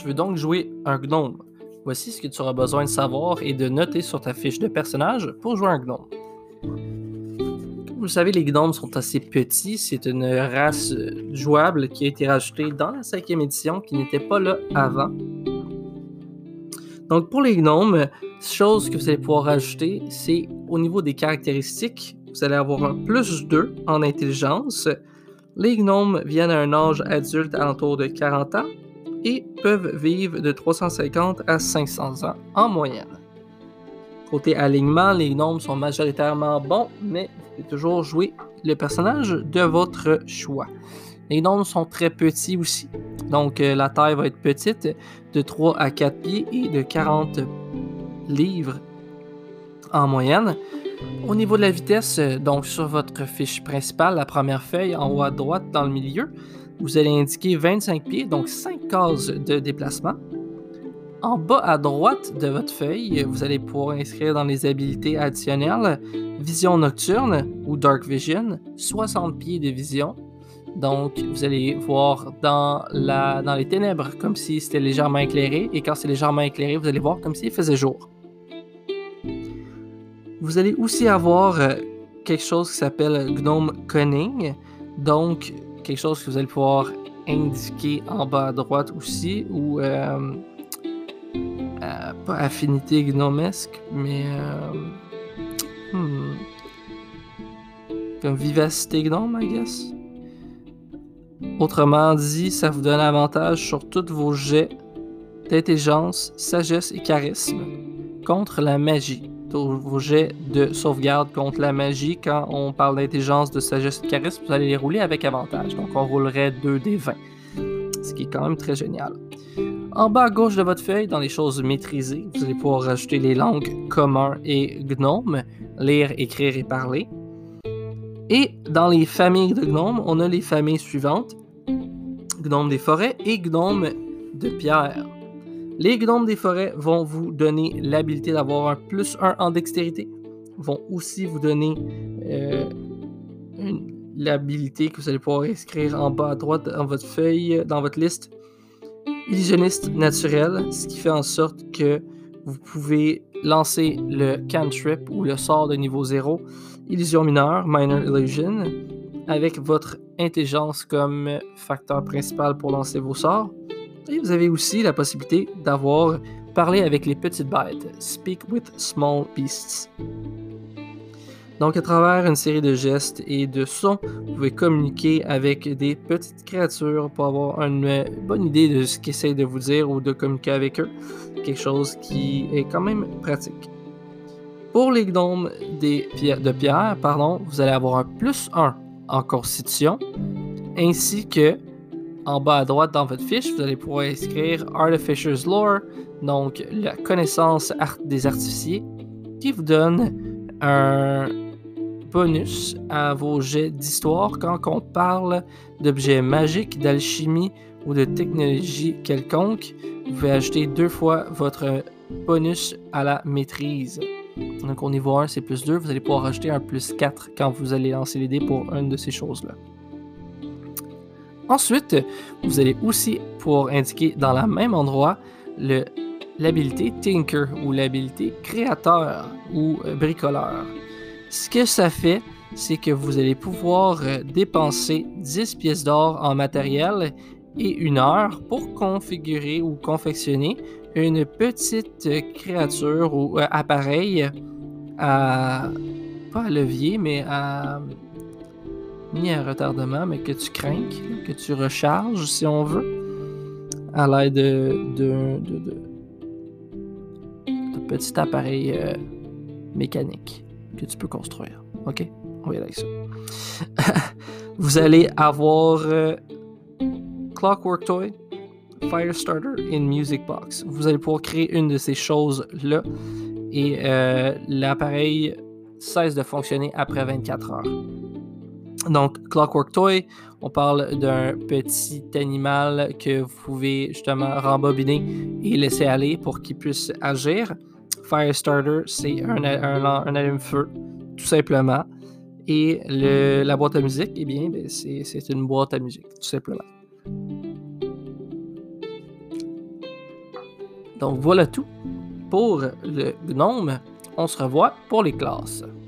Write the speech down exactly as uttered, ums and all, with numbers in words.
veux donc jouer un gnome. Voici ce que tu auras besoin de savoir et de noter sur ta fiche de personnage pour jouer un gnome. Comme vous le savez, les gnomes sont assez petits. C'est une race jouable qui a été rajoutée dans la cinquième édition, qui n'était pas là avant. Donc pour les gnomes, chose que vous allez pouvoir rajouter, c'est au niveau des caractéristiques, vous allez avoir un plus deux en intelligence. Les gnomes viennent à un âge adulte alentour de quarante ans et peuvent vivre de trois cent cinquante à cinq cents ans en moyenne. Côté alignement, les gnomes sont majoritairement bons, mais vous pouvez toujours jouer le personnage de votre choix. Les gnomes sont très petits aussi, donc euh, la taille va être petite, de trois à quatre pieds et de quarante livres en moyenne. Au niveau de la vitesse, donc sur votre fiche principale, la première feuille en haut à droite dans le milieu, vous allez indiquer vingt-cinq pieds, donc cinq cases de déplacement. En bas à droite de votre feuille, vous allez pouvoir inscrire dans les habilités additionnelles Vision nocturne ou Dark Vision, soixante pieds de vision. Donc, vous allez voir dans, la, dans les ténèbres comme si c'était légèrement éclairé, et quand c'est légèrement éclairé, vous allez voir comme s'il faisait jour. Vous allez aussi avoir euh, quelque chose qui s'appelle Gnome Cunning, donc quelque chose que vous allez pouvoir indiquer en bas à droite aussi, ou euh, euh, pas affinité gnomesque, mais euh, hmm, comme vivacité gnome, I guess. Autrement dit, ça vous donne avantage sur tous vos jets d'intelligence, sagesse et charisme contre la magie. Tous vos jets de sauvegarde contre la magie, quand on parle d'intelligence, de sagesse et de charisme, vous allez les rouler avec avantage. Donc on roulerait deux dés vingt, ce qui est quand même très génial. En bas à gauche de votre feuille, dans les choses maîtrisées, vous allez pouvoir rajouter les langues commun et gnome, lire, écrire et parler. Et dans les familles de gnomes, on a les familles suivantes. Gnomes des forêts et gnomes de pierre. Les gnomes des forêts vont vous donner l'habilité d'avoir un plus un en dextérité. Vont aussi vous donner euh, une, l'habilité que vous allez pouvoir inscrire en bas à droite dans votre feuille, dans votre liste. Illusionniste naturel, ce qui fait en sorte que vous pouvez lancer le cantrip ou le sort de niveau zéro, illusion mineure, minor illusion, avec votre intelligence comme facteur principal pour lancer vos sorts. Et vous avez aussi la possibilité d'avoir parlé avec les petites bêtes, speak with small beasts. Donc à travers une série de gestes et de sons, vous pouvez communiquer avec des petites créatures pour avoir une bonne idée de ce qu'ils essayent de vous dire ou de communiquer avec eux. Quelque chose qui est quand même pratique. Pour les gnomes des pierres, de pierre, pardon, vous allez avoir un plus un en constitution, ainsi que en bas à droite dans votre fiche, vous allez pouvoir inscrire Artificer's Lore, donc la connaissance art- des artificiers, qui vous donne un bonus à vos jets d'histoire quand on parle d'objets magiques, d'alchimie ou de technologie quelconque. Vous pouvez ajouter deux fois votre bonus à la maîtrise. Donc au niveau un, c'est plus deux. Vous allez pouvoir ajouter un plus quatre quand vous allez lancer les dés pour une de ces choses-là. Ensuite, vous allez aussi pouvoir indiquer dans le même endroit le, l'habilité Tinker ou l'habilité Créateur ou Bricoleur. Ce que ça fait, c'est que vous allez pouvoir dépenser dix pièces d'or en matériel et une heure pour configurer ou confectionner une petite créature ou euh, appareil à, pas à levier, mais à, ni à retardement, mais que tu craques, que tu recharges si on veut, à l'aide de, de, de, de, de petit appareil euh, mécanique que tu peux construire. Ok? On va y aller avec ça. Vous allez avoir euh, Clockwork Toy, Firestarter et Music Box. Vous allez pouvoir créer une de ces choses-là et euh, l'appareil cesse de fonctionner après vingt-quatre heures. Donc, Clockwork Toy, on parle d'un petit animal que vous pouvez justement rembobiner et laisser aller pour qu'il puisse agir. Firestarter, c'est un, un, un allume-feu, tout simplement. Et le, la boîte à musique, eh bien, ben, c'est, c'est une boîte à musique, tout simplement. Donc voilà tout pour le gnome. On se revoit pour les classes.